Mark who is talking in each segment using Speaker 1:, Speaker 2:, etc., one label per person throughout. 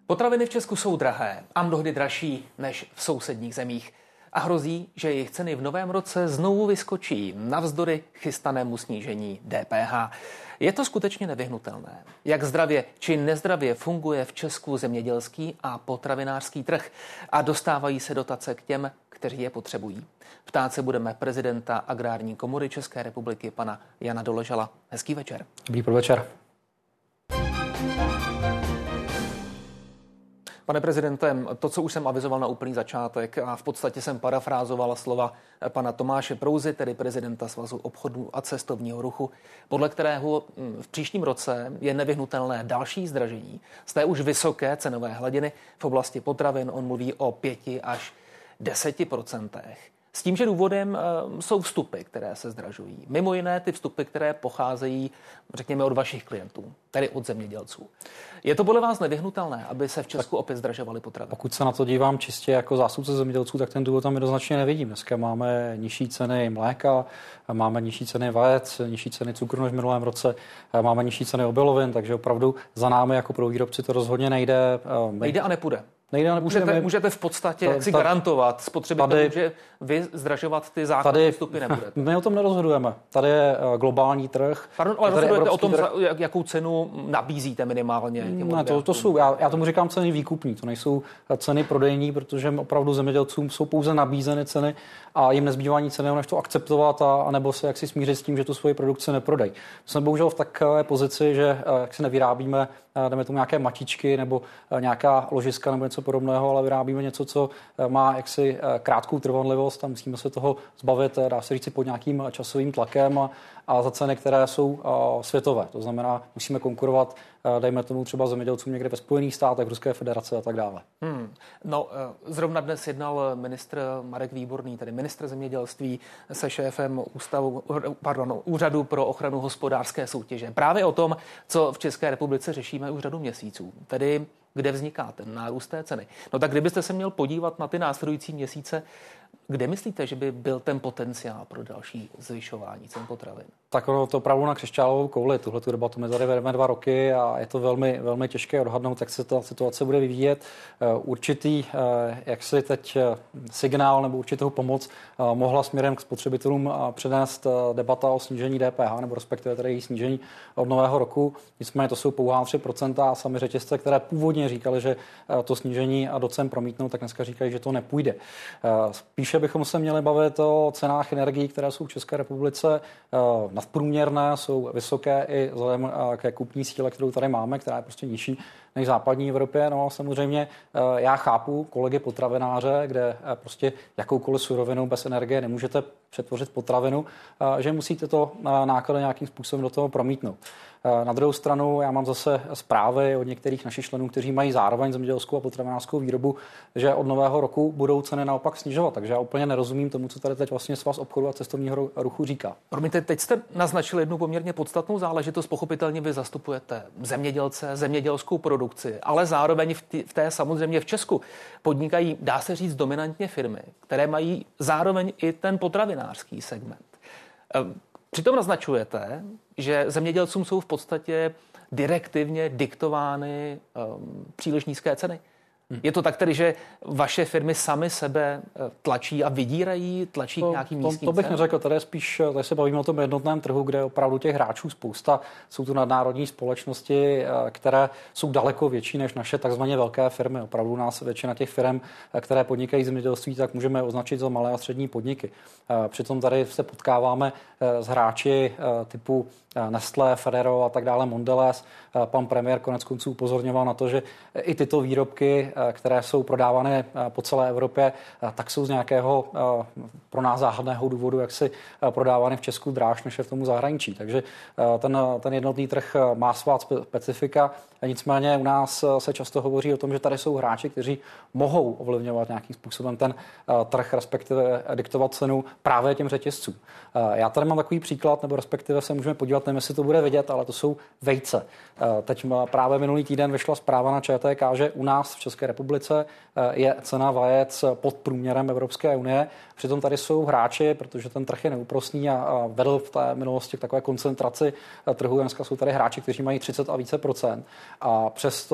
Speaker 1: Potraviny v Česku jsou drahé a mnohdy dražší než v sousedních zemích. A hrozí, že jejich ceny v novém roce znovu vyskočí navzdory chystanému snížení DPH. Je to skutečně nevyhnutelné. Jak zdravě či nezdravě funguje v Česku zemědělský a potravinářský trh a dostávají se dotace k těm, kteří je potřebují. Ptát se budeme prezidenta Agrární komory České republiky, pana Jana Doležala. Hezký večer.
Speaker 2: Dobrý podvečer.
Speaker 1: Pane prezidente, to, co už jsem avizoval na úplný začátek a v podstatě jsem parafrázoval slova pana Tomáše Prouzy, tedy prezidenta Svazu obchodu a cestovního ruchu, podle kterého v příštím roce je nevyhnutelné další zdražení z té už vysoké cenové hladiny v oblasti potravin. On mluví o 5 až 10%. S tím, že důvodem jsou vstupy, které se zdražují. Mimo jiné ty vstupy, které pocházejí, řekněme, od vašich klientů, tedy od zemědělců. Je to podle vás nevyhnutelné, aby se v Česku opět zdražovaly potraviny?
Speaker 2: Pokud se na to dívám čistě jako zástupce zemědělců, tak ten důvod tam jednoznačně nevidím. Dneska máme nižší ceny mléka, máme nižší ceny vajec, nižší ceny cukru než v minulém roce, máme nižší ceny obilovin, takže opravdu za námi jako pro výrobci to rozhodně nejde.
Speaker 1: Nejde a nepůjde. Můžete v podstatě garantovat spotřebitelům, že vy zdražovat ty základní vstupy nebudete.
Speaker 2: My o tom nerozhodujeme. Tady je globální trh.
Speaker 1: Pardon, ale rozhodujete o tom, jakou cenu nabízíte minimálně.
Speaker 2: Ne, to jsou, já tomu říkám ceny výkupní, to nejsou ceny prodejní, protože opravdu zemědělcům jsou pouze nabízeny ceny a jim nezbývá nic jiného, než to akceptovat a nebo se jaksi smířit s tím, že tu svoji produkci neprodají. Jsme bohužel v takové pozici, že jak si nevyrábíme, dáme tomu nějaké matičky nebo nějaká ložiska nebo něco podobného, ale vyrábíme něco, co má jaksi krátkou trvanlivost a musíme se toho zbavit, dá se říct, pod nějakým časovým tlakem a za ceny, které jsou světové. To znamená, musíme konkurovat, dejme tomu třeba zemědělcům někde ve Spojených státech, v Ruské federaci a tak dále.
Speaker 1: Zrovna dnes jednal ministr Marek Výborný, tedy ministr zemědělství, se šéfem Úřadu pro ochranu hospodářské soutěže. Právě o tom, co v České republice řešíme už řadu měsíců, tedy kde vzniká ten nárůst té ceny. No tak kdybyste se měl podívat na ty následující měsíce, kde myslíte, že by byl ten potenciál pro další zvyšování cen potravin?
Speaker 2: Tak ono to opravdu na křišťálovou kouli. Tuhletu debatu my tady vedeme 2 roky a je to velmi, velmi těžké odhadnout, jak se ta situace bude vyvíjet. Určitý, jak si teď signál nebo určitou pomoc mohla směrem k spotřebitelům přednést debata o snížení DPH, nebo respektive tedy její snížení od nového roku. Nicméně to jsou pouhá 3% a sami řetězce, které původně říkali, že to snížení do cen promítnou, tak dneska říkají, že to nepůjde. Spíše bychom se měli bavit o cenách energií, které jsou v České republice nadprůměrné, jsou vysoké i vzhledem ke kupní síle, kterou tady máme, která je prostě nižší než v západní Evropě. No a samozřejmě já chápu kolegy potravináře, kde prostě jakoukoliv surovinu bez energie nemůžete přetvořit potravinu, že musíte to náklady nějakým způsobem do toho promítnout. Na druhou stranu já mám zase zprávy od některých našich členů, kteří mají zároveň zemědělskou a potravinářskou výrobu, že od nového roku budou ceny naopak snižovat. Takže já úplně nerozumím tomu, co tady teď vlastně Svaz obchodu a cestovního ruchu říká.
Speaker 1: Promiňte, teď jste naznačil jednu poměrně podstatnou záležitost. Pochopitelně vy zastupujete zemědělce, zemědělskou produkci, ale zároveň v té samozřejmě v Česku podnikají, dá se říct, dominantně firmy, které mají zároveň i ten potravinářský segment. Přitom naznačujete, že zemědělcům jsou v podstatě direktivně diktovány příliš nízké ceny. Je to tak tedy, že vaše firmy sami sebe tlačí a vydírají, tlačí k nějakým nízkým
Speaker 2: to bych neřekl, tady se bavíme o tom jednotném trhu, kde opravdu těch hráčů spousta. Jsou tu nadnárodní společnosti, které jsou daleko větší než naše takzvaně velké firmy. Opravdu nás většina těch firm, které podnikají zemědělství, tak můžeme označit za malé a střední podniky. Přitom tady se potkáváme s hráči typu Nestlé, Ferrero a tak dále, Mondelez. Pan premiér konec konců upozorňoval na to, že i tyto výrobky, které jsou prodávané po celé Evropě, tak jsou z nějakého pro nás záhadného důvodu, jak si prodávány v Česku dráž než je v tomu zahraničí. Takže ten jednotný trh má svá specifika. Nicméně u nás se často hovoří o tom, že tady jsou hráči, kteří mohou ovlivňovat nějakým způsobem ten trh, respektive diktovat cenu právě těm řetězcům. Já tady mám takový příklad, nebo respektive se můžeme podívat, nevím, jestli to bude vidět, ale to jsou vejce. Teď právě minulý týden vyšla zpráva na ČTK, že u nás v České republice je cena vajec pod průměrem Evropské unie. Přitom tady jsou hráči, protože ten trh je neúprosný a vedl v té minulosti k takové koncentraci trhu. Dneska jsou tady hráči, kteří mají 30 a více procent. A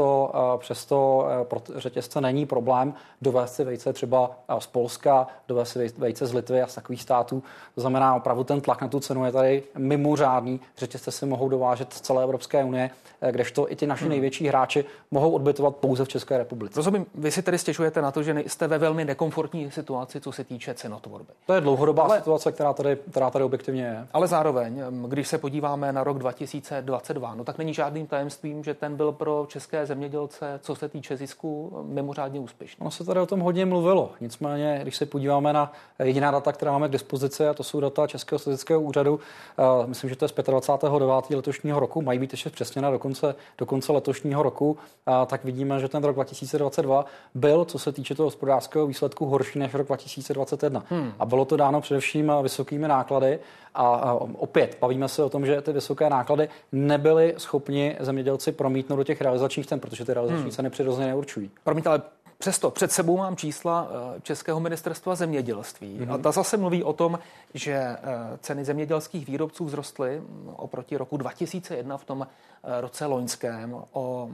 Speaker 2: přesto pro řetězce není problém dovést si vejce třeba z Polska, dovést si vejce z Litvy a z takových států. To znamená, opravdu ten tlak na tu cenu je tady mimořádný. Řetězce si mohou dovážet z celé Evropské unie, kdežto i ty naši největší hráči mohou odbytovat pouze v České republice.
Speaker 1: Rozumím, vy si tedy stěžujete na to, že jste ve velmi nekomfortní situaci, co se týče cenotvorby.
Speaker 2: To je dlouhodobá situace, která tady objektivně je.
Speaker 1: Ale zároveň, když se podíváme na rok 2022, no tak není žádným tajemstvím, že ten byl pro české zemědělce, co se týče zisku, mimořádně úspěšný.
Speaker 2: Ono se tady o tom hodně mluvilo. Nicméně, když se podíváme na jediná data, která máme k dispozici, a to jsou data Českého statistického úřadu, myslím, že to je z 25.9. letošního roku, mají být ještě přesněna do konce letošního roku, tak vidíme, že ten rok 2022 byl, co se týče toho hospodářského výsledku, horší než rok 2021. A bylo to dáno především vysokými náklady. A opět bavíme se o tom, že ty vysoké náklady nebyly schopni zemědělci promítnout do těch realizačních cen, protože ty realizační ceny přirozeně neurčují.
Speaker 1: Promiňte, ale přesto před sebou mám čísla Českého ministerstva zemědělství. A ta zase mluví o tom, že ceny zemědělských výrobců vzrostly oproti roku 2001 v tom roce loňském o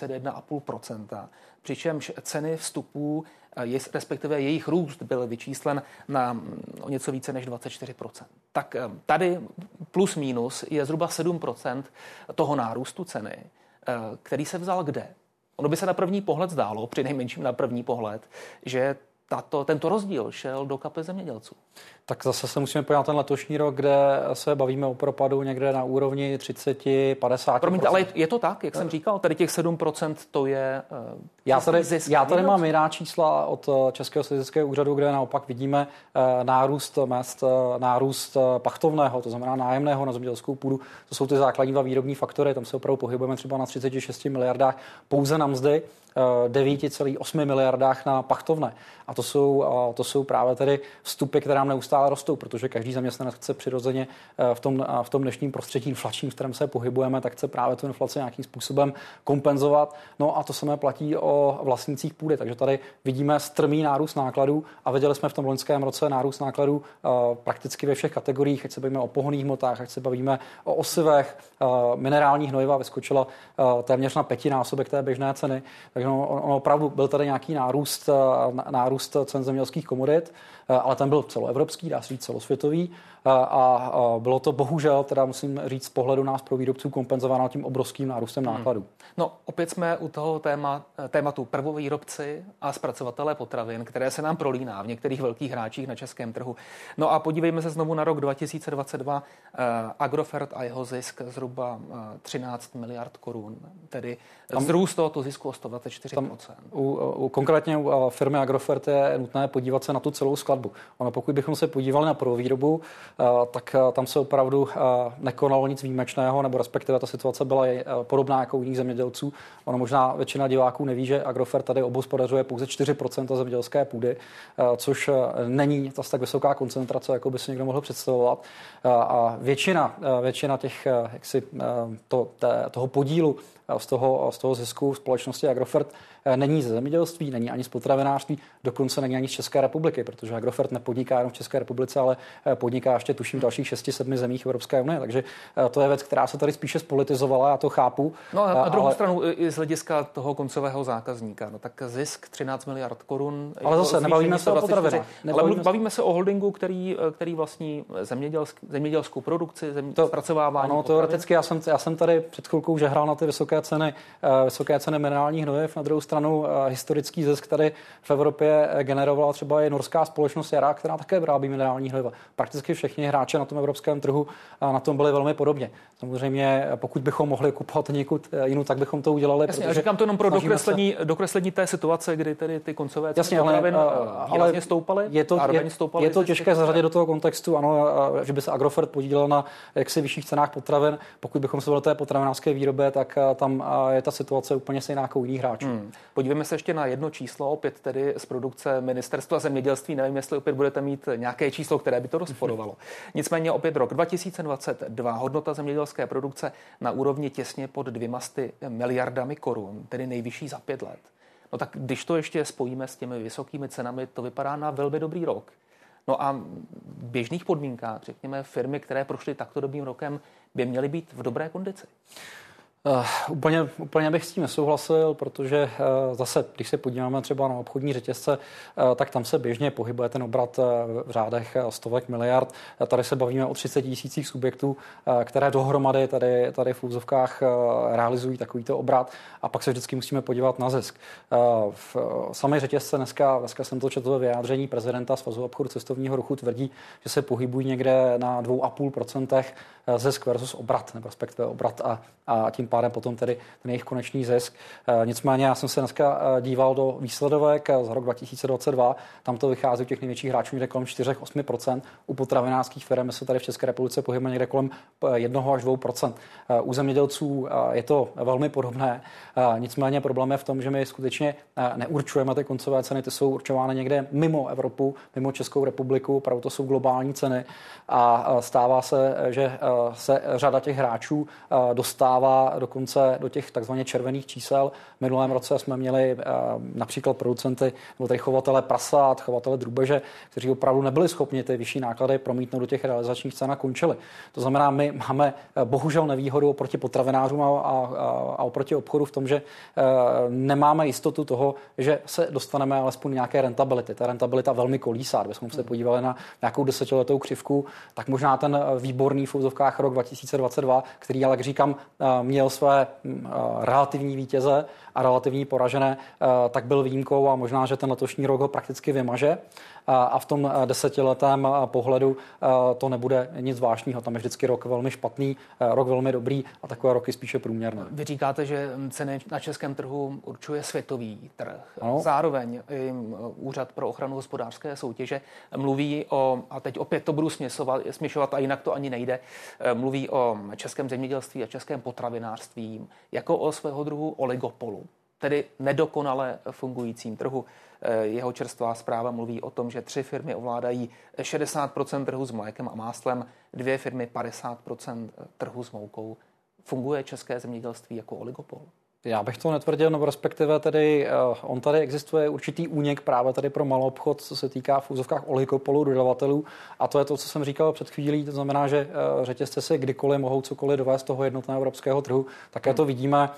Speaker 1: 31,5%. Přičemž ceny vstupů, respektive jejich růst, byl vyčíslen na o něco více než 24%. Tak tady plus minus je zhruba 7% toho nárůstu ceny, který se vzal kde? Ono by se na první pohled zdálo, přinejmenším na první pohled, že tento rozdíl šel do kapes zemědělců.
Speaker 2: Tak zase se musíme podívat ten letošní rok, kde se bavíme o propadu někde na úrovni 30-50%.
Speaker 1: Promiňte, ale je to tak, jak jsem říkal, tady těch 7% to je zisk.
Speaker 2: Já tady mám jiná čísla od Českého statistického úřadu, kde naopak vidíme nárůst mezd, nárůst pachtovného, to znamená nájemného na zemědělskou půdu. To jsou ty základní dva výrobní faktory, tam se opravdu pohybujeme třeba na 36 miliardách pouze na mzdy, 9,8 miliardách na pachtovné. A to jsou právě tedy vstupy, které nám neustále rostou, protože každý zaměstnanec chce přirozeně v tom dnešním prostředí inflačním, v kterém se pohybujeme, tak chce právě tu inflaci nějakým způsobem kompenzovat. No a to samé platí o vlastnících půdy. Takže tady vidíme strmý nárůst nákladů a viděli jsme v tom loňském roce nárůst nákladů prakticky ve všech kategoriích, ať se bavíme o pohonných hmotách, ať se bavíme o osivech, minerální hnojiva vyskočila téměř na 5násobek té běžné ceny. Takže ono opravdu byl tady nějaký nárůst cen zemědělských komodit, ale ten byl celoevropský, dá se říct celosvětový a bylo to bohužel, teda musím říct z pohledu nás pro výrobců kompenzováno tím obrovským nárůstem nákladů.
Speaker 1: No opět jsme u toho tématu prvovýrobci a zpracovatelé potravin, které se nám prolíná v některých velkých hráčích na českém trhu. No a podívejme se znovu na rok 2022. Agrofert a jeho zisk zhruba 13 miliard korun, tedy vzrůst tohoto zisku o 124%.
Speaker 2: Konkrétně u firmy Agrofert je nutné podívat se na tu celou skladbu. Ono, pokud bychom se podívali na prvovýrobu, tak tam se opravdu nekonalo nic výjimečného, nebo respektive ta situace byla podobná jako u jiných zemědělců. Ono možná většina diváků neví, že Agrofert tady obhospodařuje pouze 4% zemědělské půdy, což není zase tak vysoká koncentrace, jako by si někdo mohl představovat. A většina těch toho podílu z toho zisku společnosti Agrofert není ze zemědělství, není ani z potravinářství, dokonce není ani z České republiky, protože Agrofert nepodniká jenom v České republice, ale podniká ještě tuším v dalších 6-7 zemích Evropské unie. Takže to je věc, která se tady spíše spolitizovala, já to chápu.
Speaker 1: No a na druhou stranu i z hlediska toho koncového zákazníka, no tak zisk 13 miliard korun.
Speaker 2: Ale zase nebavíme se o potravinách.
Speaker 1: Bavíme se o holdingu, který vlastní zemědělskou produkci, zpracovávání.
Speaker 2: Ano, teoreticky já jsem tady před chvilkou žehral na ty vysoké ceny minerálních hnojiv. Na druhou stranu historický zisk tady v Evropě generovala třeba i norská společnost Jara, která také vyrábí minerální hnojiva. Prakticky všichni hráči na tom evropském trhu na tom byli velmi podobně. Samozřejmě, pokud bychom mohli kupovat někud jinou, tak bychom to udělali.
Speaker 1: Jasně, já říkám to jenom pro dokreslení té situace, kdy tedy ty koncové ceny potravin výrazně stoupaly.
Speaker 2: Je to těžké zařadit do toho kontextu, ano, že by se Agrofert podílel na jaksi vyšších cenách potravin. Pokud bychom se do té potravinářské výroby, tak tam je ta situace úplně stejná jako u jiných hráčů.
Speaker 1: Podívejme se ještě na jedno číslo, opět tedy z produkce Ministerstva zemědělství. Nevím, jestli opět budete mít nějaké číslo, které by to rozporovalo. Nicméně opět rok 2022, hodnota zemědělské produkce na úrovni těsně pod 200 miliardami korun, tedy nejvyšší za 5 let. No tak když to ještě spojíme s těmi vysokými cenami, to vypadá na velmi dobrý rok. No a v běžných podmínkách, řekněme, firmy, které prošly takto dobrým rokem, by měly být v dobré kondici.
Speaker 2: Úplně bych s tím nesouhlasil, protože zase, když se podíváme třeba na obchodní řetězce, tak tam se běžně pohybuje ten obrat v řádech stovek miliard. Tady se bavíme o 30 000 subjektů, které dohromady tady v úzovkách realizují takovýto obrat, a pak se vždycky musíme podívat na zisk. V samé řetězce dneska jsem to četl ve vyjádření prezidenta Svazu obchodu cestovního ruchu, tvrdí, že se pohybují někde na 2,5% zisk versus obrat, nebo respektive obrat a tím pádem potom tedy ten jejich konečný zisk. Nicméně já jsem se dneska díval do výsledovek za rok 2022, tam to vychází u těch největších hráčů někde kolem 4-8%, u potravinářských firm se tady v České republice pohybujeme někde kolem 1 až 2%. U zemědělců je to velmi podobné, nicméně problém je v tom, že my skutečně neurčujeme ty koncové ceny, ty jsou určovány někde mimo Evropu, mimo Českou republiku, opravdu to jsou globální ceny a stává se, že se řada těch hráčů dostává dokonce do těch takzvaně červených čísel. V minulém roce jsme měli například producenty nebo tady chovatele prasát, chovatele drůbeže, kteří opravdu nebyli schopni ty vyšší náklady promítnout do těch realizačních cen a končili. To znamená, my máme bohužel nevýhodu oproti potravinářům a oproti obchodu v tom, že nemáme jistotu toho, že se dostaneme alespoň nějaké rentability. Ta rentabilita velmi kolísá. Kdybychom se podívali na nějakou desetiletou křivku, tak možná ten výborný v úzovkách rok 2022, který, ale jak říkám, měl své relativní vítěze a relativní poražené, tak byl výjimkou a možná, že ten letošní rok ho prakticky vymaže. A v tom desetiletém pohledu to nebude nic zvláštního. Tam je vždycky rok velmi špatný, rok velmi dobrý a takové roky spíše průměrné.
Speaker 1: Vy říkáte, že ceny na českém trhu určuje světový trh.
Speaker 2: Ano.
Speaker 1: Zároveň Úřad pro ochranu hospodářské soutěže mluví o, a teď opět to budu směšovat a jinak to ani nejde, mluví o českém zemědělství a českém potravinářství jako o svého druhu oligopolu, tedy nedokonale fungujícím trhu. Jeho čerstvá zpráva mluví o tom, že 3 firmy ovládají 60% trhu s mlékem a máslem, 2 firmy 50% trhu s moukou. Funguje české zemědělství jako oligopol?
Speaker 2: Já bych to netvrdil, nebo respektive tedy on tady existuje určitý únik právě tady pro maloobchod, co se týká v úzovkách oligopolu dodavatelů, a to je to, co jsem říkal před chvílí, to znamená, že řetězce si kdykoliv mohou cokoliv dovést z toho jednotného evropského trhu. Také to vidíme,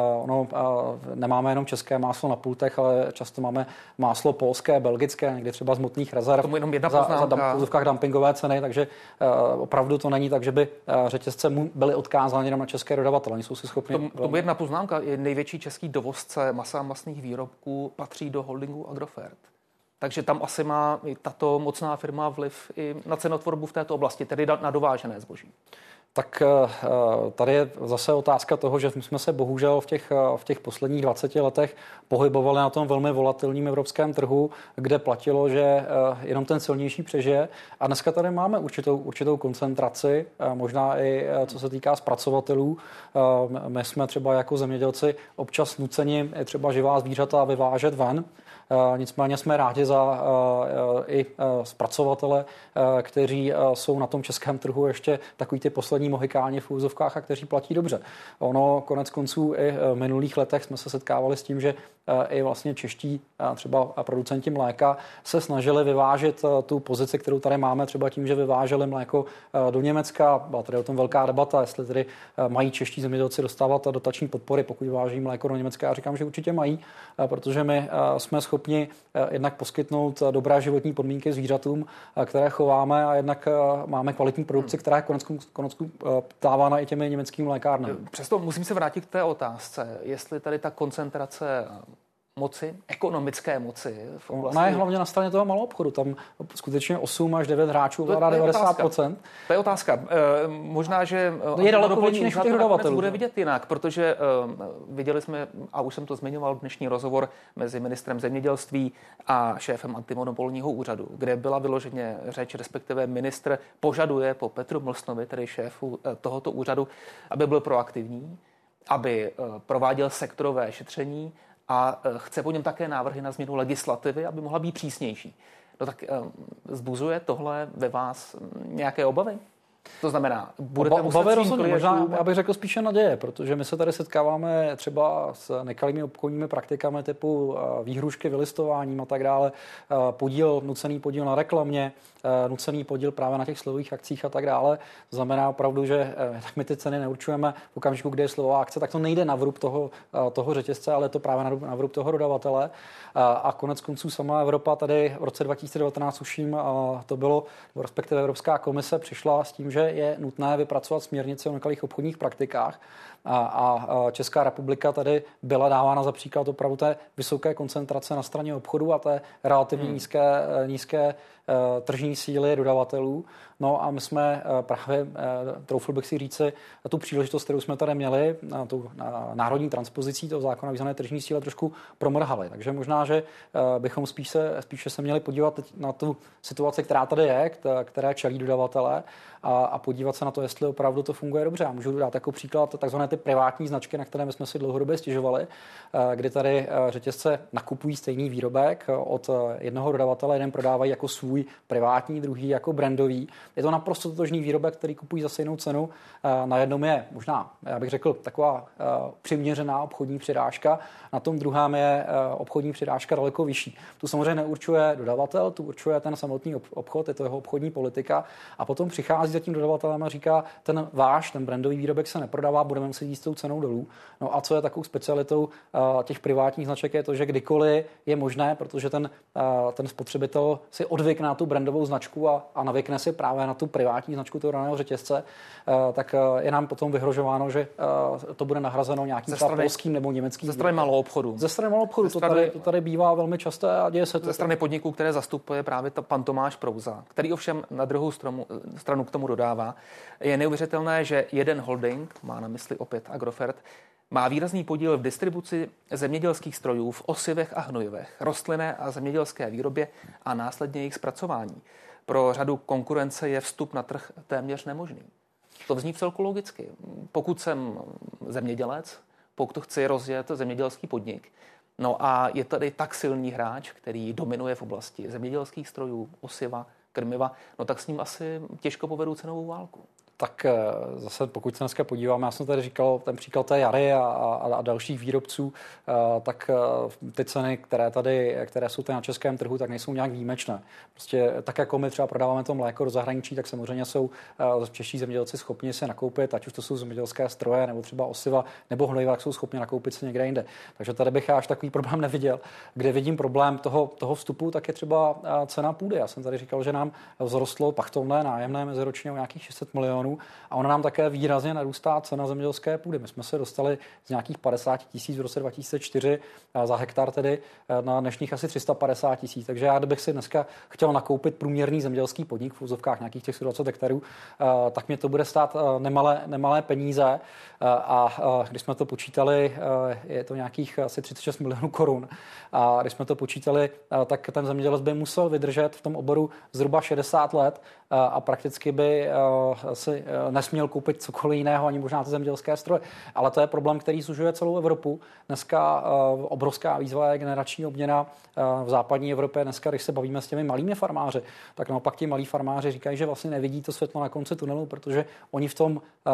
Speaker 2: nemáme jenom české máslo na pultech, ale často máme máslo polské, belgické, někdy třeba z hmotných rezerv.
Speaker 1: Tomu jenom jedna poznámka.
Speaker 2: V úzovkách dumpingové ceny, takže opravdu to není tak, že by řetězce byly odkázány jenom na české dodavatele. Oni jsou si schopni.
Speaker 1: Tomu jedna poznámka. Největší český dovozce masa a masných výrobků patří do holdingu Agrofert. Takže tam asi má i tato mocná firma vliv i na cenotvorbu v této oblasti, tedy na dovážené zboží.
Speaker 2: Tak tady je zase otázka toho, že jsme se bohužel v těch posledních 20 letech pohybovali na tom velmi volatilním evropském trhu, kde platilo, že jenom ten silnější přežije. A dneska tady máme určitou koncentraci, možná i co se týká zpracovatelů. My jsme třeba jako zemědělci občas nuceni třeba živá zvířata vyvážet ven. Nicméně jsme rádi za i zpracovatele, kteří jsou na tom českém trhu ještě takový ty poslední mohykáni v úzovkách a kteří platí dobře. Ono konec konců i v minulých letech jsme se setkávali s tím, že i vlastně čeští třeba producenti mléka se snažili vyvážit tu pozici, kterou tady máme, třeba tím, že vyváželi mléko do Německa. Byla tady o tom velká debata, jestli tedy mají čeští zemědělci dostávat dotační podpory, pokud vyváží mléko do Německa. Já říkám, že určitě mají, protože my jsme schopni jednak poskytnout dobré životní podmínky zvířatům, které chováme, a jednak máme kvalitní produkci, která je konec dávána i těmi německými mlékárnami.
Speaker 1: Přesto musím se vrátit k té otázce, jestli tady ta koncentrace moci, ekonomické moci v oblasti...
Speaker 2: Ona je hlavně na straně toho malou obchodu. Tam skutečně 8 až 9 hráčů vládá 90%.
Speaker 1: To je otázka. Možná, že
Speaker 2: je daleko větší než těch dodavatelů.
Speaker 1: Bude vidět jinak, protože viděli jsme, a už jsem to zmiňoval, dnešní rozhovor mezi ministrem zemědělství a šéfem antimonopolního úřadu, kde byla vyloženě řeč, respektive ministr požaduje po Petru Mlsnovi, tedy šéfu tohoto úřadu, aby byl proaktivní, aby prováděl sektorové šetření, a chce po něm také návrhy na změnu legislativy, aby mohla být přísnější. No tak vzbuzuje tohle ve vás nějaké obavy? To znamená,
Speaker 2: budete obavy rozhodně, možná, já bych řekl spíše naděje, protože my se tady setkáváme třeba s nekalými obchodními praktikami typu výhrušky, vylistováním a tak dále, nucený podíl na reklamě, nucený podíl právě na těch slevových akcích a tak dále. To znamená opravdu, že tak my ty ceny neurčujeme v okamžiku, kdy je slevová akce, tak to nejde na vrub toho řetězce, ale je to právě na vrub toho dodavatele. A konec konců sama Evropa tady v roce 2019 uším to bylo, respektive Evropská komise přišla s tím, že je nutné vypracovat směrnici o nekalých obchodních praktikách a Česká republika tady byla dávána za příklad opravdu té vysoké koncentrace na straně obchodu a té relativně nízké tržní síly dodavatelů. No a my jsme právě, troufl bych si říci, tu příležitost, kterou jsme tady měli, tu národní transpozicí toho zákona významné tržní síly trošku promrhali. Takže možná, že bychom spíše se měli podívat na tu situaci, která tady je, které čelí dodavatelé a podívat se na to, jestli opravdu to funguje dobře. Já můžu dát jako příklad takzvané ty privátní značky, na které my jsme si dlouhodobě stěžovali, kdy tady řetězce nakupují stejný výrobek od jednoho dodavatele, jeden prodávají jako svůj privátní, druhý jako brandový. Je to naprosto totožný výrobek, který kupují za stejnou cenu. Na jednom je možná, já bych řekl, taková přiměřená obchodní přirážka, na tom druhém je obchodní přirážka daleko vyšší. Tu samozřejmě neurčuje dodavatel, tu určuje ten samotný obchod, je to jeho obchodní politika a potom přichází za tím dodavatelem a říká, ten brandový výrobek se neprodává, budeme muset jít s tou cenou dolů. No a co je takovou specialitou těch privátních značek je to, že kdykoliv je možné, protože ten spotřebitel si odvykne na tu brandovou značku a navykne si právě na tu privátní značku toho daného řetězce, tak je nám potom vyhrožováno, že to bude nahrazeno nějakým polským nebo německým.
Speaker 1: Ze strany malou obchodu.
Speaker 2: Ze strany malou obchodu. To tady bývá velmi časté a děje se to.
Speaker 1: Ze strany podniků, které zastupuje právě pan Tomáš Prouza, který ovšem na druhou stranu k tomu dodává. Je neuvěřitelné, že jeden holding, má na mysli opět Agrofert, má výrazný podíl v distribuci zemědělských strojů, v osivech a hnojivech, rostlinné a zemědělské výrobě a následně jejich zpracování. Pro řadu konkurence je vstup na trh téměř nemožný. To zní vcelku logicky. Pokud jsem zemědělec, pokud chci rozjet zemědělský podnik, no a je tady tak silný hráč, který dominuje v oblasti zemědělských strojů, osiva, krmiva, no tak s ním asi těžko povedou cenovou válku.
Speaker 2: Tak zase pokud se dneska podíváme, já jsem tady říkal ten příklad té Jary a dalších výrobců, tak ty ceny, které jsou tady na českém trhu, tak nejsou nějak výjimečné. Prostě tak, jako my třeba prodáváme to mléko do zahraničí, tak samozřejmě jsou čeští zemědělci schopni si nakoupit, ať už to jsou zemědělské stroje, nebo třeba osiva, nebo hnojiva, jsou schopni nakoupit si někde jinde. Takže tady bych až takový problém neviděl. Kde vidím problém toho vstupu, tak je třeba cena půdy. Já jsem tady říkal, že nám vzrostlo pachtovné nájemné meziročně o nějakých 600 milionů. A ona nám také výrazně narůstá cena zemědělské půdy. My jsme se dostali z nějakých 50 000 v roce 2004 za hektar tedy na dnešních asi 350 000. Takže já, kdybych si dneska chtěl nakoupit průměrný zemědělský podnik v úzovkách nějakých těch 120 hektarů, tak mě to bude stát nemalé peníze. A když jsme to počítali, je to nějakých asi 36 milionů korun. A když jsme to počítali, tak ten zemědělec by musel vydržet v tom oboru zhruba 60 let a prakticky by si nesměl koupit cokoliv jiného, ani možná ty zemědělské stroje. Ale to je problém, který zužuje celou Evropu. Dneska obrovská výzva je generační obměna v západní Evropě. Dneska, když se bavíme s těmi malými farmáři, tak naopak ti malí farmáři říkají, že vlastně nevidí to světlo na konci tunelu, protože oni v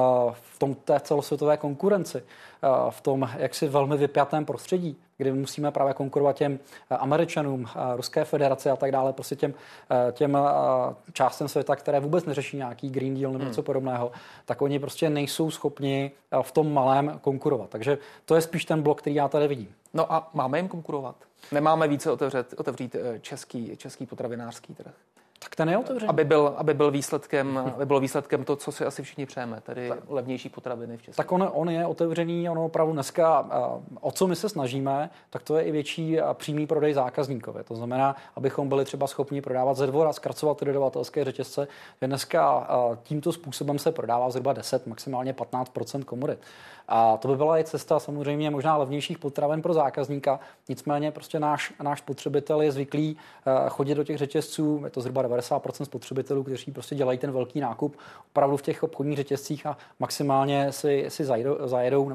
Speaker 2: tom té celosvětové konkurenci, v tom jaksi velmi vypjatém prostředí, kdy musíme právě konkurovat těm Američanům, Ruské federaci a tak dále, prostě těm částem světa, které vůbec neřeší nějaký Green Deal nebo něco podobného, tak oni prostě nejsou schopni v tom malém konkurovat. Takže to je spíš ten blok, který já tady vidím.
Speaker 1: No a máme jim konkurovat? Nemáme více otevřít český potravinářský trh?
Speaker 2: Tak ten je otevřený.
Speaker 1: Aby byl výsledkem to, co si asi všichni přejeme, tedy levnější potraviny v Česku.
Speaker 2: Tak on je otevřený, ono opravdu dneska, o co my se snažíme, tak to je i větší přímý prodej zákazníkovi. To znamená, abychom byli třeba schopni prodávat ze dvora, zkracovat ty dodavatelské řetězce. Dneska tímto způsobem se prodává zhruba 10, maximálně 15% komodit. A to by byla i cesta samozřejmě možná levnějších potravin pro zákazníka. Nicméně prostě náš spotřebitel je zvyklý chodit do těch řetězců, je to zhruba 90% spotřebitelů, kteří prostě dělají ten velký nákup opravdu v těch obchodních řetězcích a maximálně si zajedou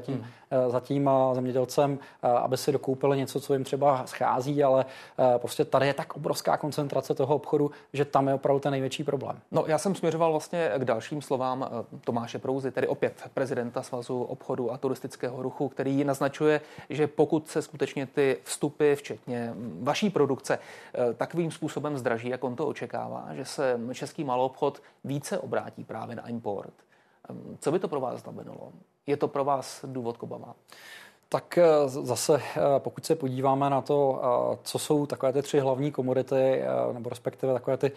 Speaker 2: za tím zemědělcem, aby si dokoupili něco, co jim třeba schází, ale prostě tady je tak obrovská koncentrace toho obchodu, že tam je opravdu ten největší problém.
Speaker 1: No, já jsem směřoval vlastně k dalším slovám Tomáše Prouzy, tedy opět prezidenta Svazu obchodu a turistického ruchu, který naznačuje, že pokud se skutečně ty vstupy, včetně vaší produkce, takovým způsobem zdraží, jak on to očekává, že se český maloobchod více obrátí právě na import. Co by to pro vás znamenalo? Je to pro vás důvod k obavám?
Speaker 2: Tak zase, pokud se podíváme na to, co jsou takové ty 3 hlavní komodity, nebo respektive takové ty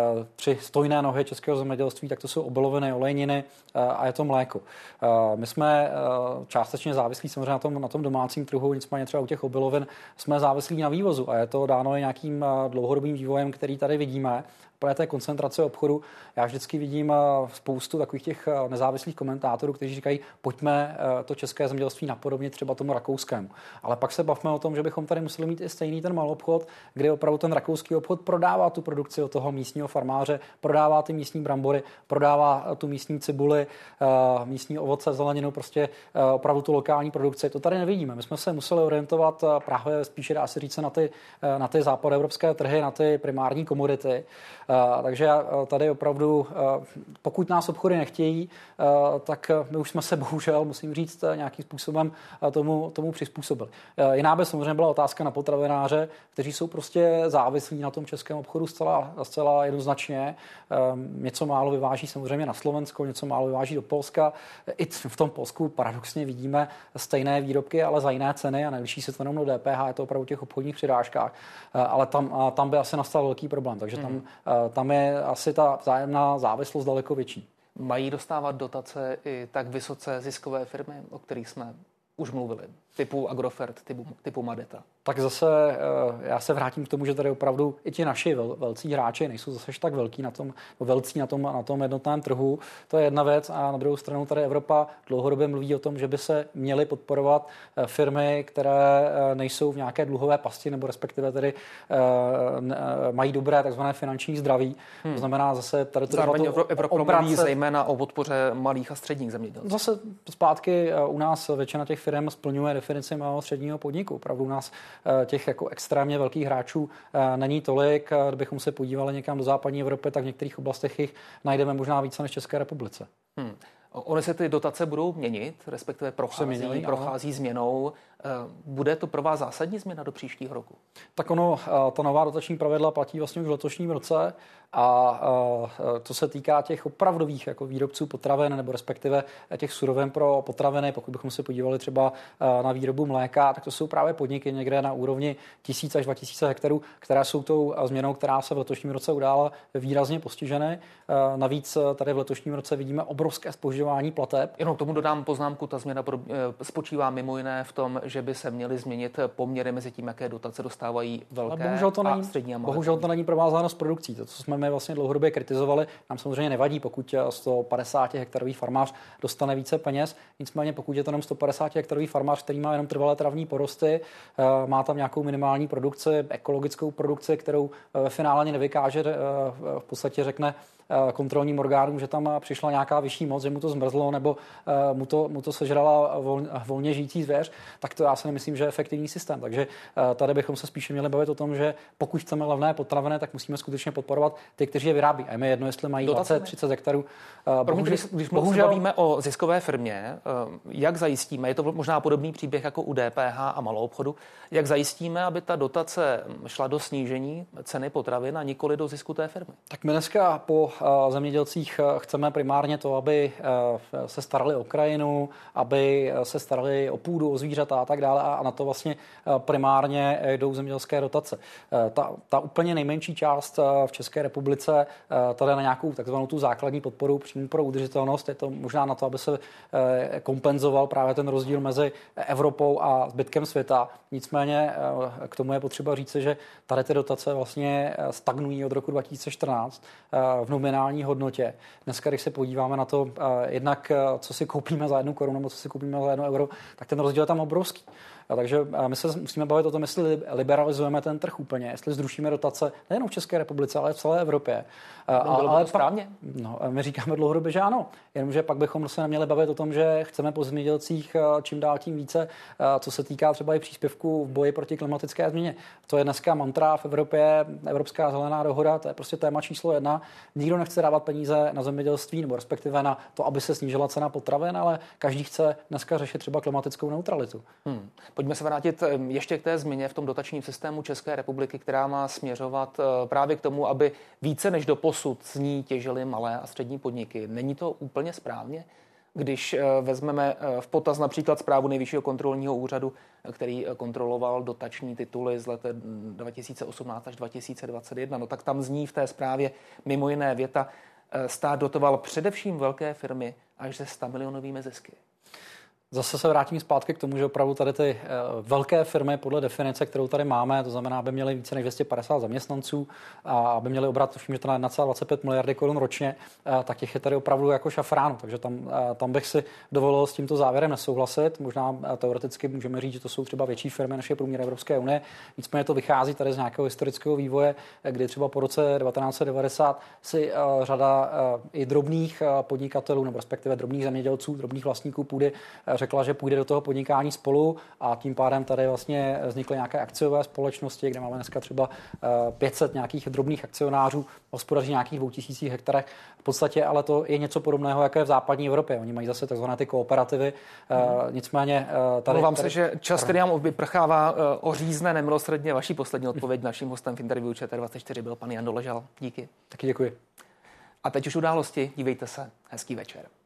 Speaker 2: 3 stojné nohy českého zemědělství, tak to jsou obiloviny, olejniny a je to mléko. My jsme částečně závislí samozřejmě na tom domácím trhu, nicméně třeba u těch obilovin jsme závislí na vývozu a je to dáno i nějakým dlouhodobým vývojem, který tady vidíme. Pro té koncentrace obchodu já vždycky vidím spoustu takových těch nezávislých komentátorů, kteří říkají, pojďme to české zemědělství napodobnit třeba tomu rakouskému. Ale pak se bavme o tom, že bychom tady museli mít i stejný ten maloobchod, kde opravdu ten rakouský obchod prodává tu produkci od toho místního farmáře, prodává ty místní brambory, prodává tu místní cibuli, místní ovoce, zeleninu, prostě opravdu tu lokální produkci. To tady nevidíme. My jsme se museli orientovat právě spíše, dá se říct, na ty západoevropské trhy, na ty primární komodity. Takže tady opravdu, pokud nás obchody nechtějí, tak my už jsme se bohužel, musím říct, nějakým způsobem tomu přizpůsobili. Jiná by samozřejmě byla otázka na potravináře, kteří jsou prostě závislí na tom českém obchodu zcela jednoznačně. Něco málo vyváží samozřejmě na Slovensko, něco málo vyváží do Polska. I v tom Polsku paradoxně vidíme stejné výrobky, ale za jiné ceny a neliší se to jenom do DPH, je to opravdu těch obchodních přirážkách, ale tam by asi nastal velký problém, takže tam je asi ta vzájemná závislost daleko větší.
Speaker 1: Mají dostávat dotace i tak vysoce ziskové firmy, o kterých jsme už mluvili, typu Agrofert, typu Madeta?
Speaker 2: Tak zase já se vrátím k tomu, že tady opravdu i ti naši velcí hráči nejsou zase tak velcí na tom jednotném trhu. To je jedna věc a na druhou stranu tady Evropa dlouhodobě mluví o tom, že by se měly podporovat firmy, které nejsou v nějaké dluhové pasti nebo respektive tedy mají dobré takzvané finanční zdraví. To znamená zase tady to
Speaker 1: Evropa mluví zejména o podpoře malých a středních zemědělců.
Speaker 2: Zase zpátky u nás většina těch firm splňuje definici malého středního podniku. Opravdu u nás těch jako extrémně velkých hráčů není tolik. Kdybychom se podívali někam do západní Evropy, tak v některých oblastech jich najdeme možná více než v České republice.
Speaker 1: Ony se ty dotace budou měnit, respektive prochází změnou. Bude to pro vás zásadní změna do příštího roku?
Speaker 2: Tak ta nová dotační pravidla platí vlastně už v letošním roce a to se týká těch opravdových jako výrobců potravin nebo respektive těch surovin pro potraviny. Pokud bychom se podívali třeba na výrobu mléka, tak to jsou právě podniky někde na úrovni 1000 až 2000 hektarů, které jsou tou změnou, která se v letošním roce udála, výrazně postiženy. Navíc tady v letošním roce vidíme obrovské zpožďování plateb.
Speaker 1: Jenom k tomu dodám poznámku, ta změna spočívá mimo jiné v tom, že by se měly změnit poměry mezi tím, jaké dotace dostávají velké a střední a malé.
Speaker 2: Bohužel to není provázáno s produkcí. To, co jsme my vlastně dlouhodobě kritizovali, nám samozřejmě nevadí, pokud 150 hektarový farmář dostane více peněz. Nicméně pokud je to jenom 150 hektarový farmář, který má jenom trvalé travní porosty, má tam nějakou minimální produkci, ekologickou produkci, kterou ve finále ani nevykáže, v podstatě řekne kontrolním orgánům, že tam přišla nějaká vyšší moc, že mu to zmrzlo nebo mu to sežrala volně žijící zvěř, tak to já si nemyslím, že je efektivní systém. Takže tady bychom se spíše měli bavit o tom, že pokud chceme levné potraviny, tak musíme skutečně podporovat ty, kteří je vyrábí. A je mi jedno, jestli mají 20-30 hektarů.
Speaker 1: Když se bavíme o ziskové firmě, jak zajistíme, je to možná podobný příběh jako u DPH a maloobchodu, jak zajistíme, aby ta dotace šla do snížení ceny potravin a nikoli do zisku té firmy?
Speaker 2: Tak my dneska po zemědělcích chceme primárně to, aby se starali o krajinu, aby se starali o půdu, o zvířata a tak dále a na to vlastně primárně jdou zemědělské dotace. Ta úplně nejmenší část v České republice tady na nějakou takzvanou tu základní podporu přímo pro udržitelnost, je to možná na to, aby se kompenzoval právě ten rozdíl mezi Evropou a zbytkem světa. Nicméně k tomu je potřeba říci, že tady ty dotace vlastně stagnují od roku 2014 v nominální hodnotě. Dneska, když se podíváme na to, jednak co si koupíme za 1 korunu nebo co si koupíme za 1 euro, tak ten rozdíl je tam obrovský. Takže my se musíme bavit o tom, jestli liberalizujeme ten trh úplně, jestli zrušíme dotace nejenom v České republice, ale v celé Evropě.
Speaker 1: Ale to správně?
Speaker 2: No, my říkáme dlouhodobě, že ano. Jenomže pak bychom se neměli bavit o tom, že chceme po zemědělcích čím dál tím více, co se týká třeba i příspěvku v boji proti klimatické změně. To je dneska mantra v Evropě, Evropská zelená dohoda, to je prostě téma číslo 1. Nikdo nechce dávat peníze na zemědělství, nebo respektive na to, aby se snížila cena potravin, ale každý chce dneska řešit třeba klimatickou neutralitu.
Speaker 1: Pojďme se vrátit ještě k té změně v tom dotačním systému České republiky, která má směřovat právě k tomu, aby více než doposud z ní těžily malé a střední podniky. Není to úplně správně? Když vezmeme v potaz například zprávu Nejvyššího kontrolního úřadu, který kontroloval dotační tituly z let 2018 až 2021, no tak tam zní v té zprávě mimo jiné věta: stát dotoval především velké firmy až se 100 milionovými zisky.
Speaker 2: Zase se vrátím zpátky k tomu, že opravdu tady ty velké firmy podle definice, kterou tady máme, to znamená, aby měly více než 250 zaměstnanců a aby měly obrat, tuším, že to na 1,25 miliardy korun ročně, tak těch je tady opravdu jako šafránu. Takže tam bych si dovolil s tímto závěrem nesouhlasit. Možná teoreticky můžeme říct, že to jsou třeba větší firmy než je průměr Evropské unie. Nicméně to vychází tady z nějakého historického vývoje, kdy třeba po roce 1990 si řada i drobných podnikatelů, nebo respektive drobných zemědělců, drobných vlastníků půdy řekla, že půjde do toho podnikání spolu a tím pádem tady vlastně vznikly nějaké akciové společnosti, kde máme dneska třeba 500 nějakých drobných akcionářů, hospodaří nějakých 2000 hektarech. V podstatě ale to je něco podobného, jako je v západní Evropě. Oni mají zase takzvané ty kooperativy. Nicméně tady...
Speaker 1: Mluvám se, že čas, který nám vyprchává, ořízne nemilosrdně. Vaší poslední odpověď naším hostem v interview ČT24 byl pan Jan Doležal. Díky.
Speaker 2: Taky děkuji.
Speaker 1: A teď už události. Dívejte se. Hezký večer.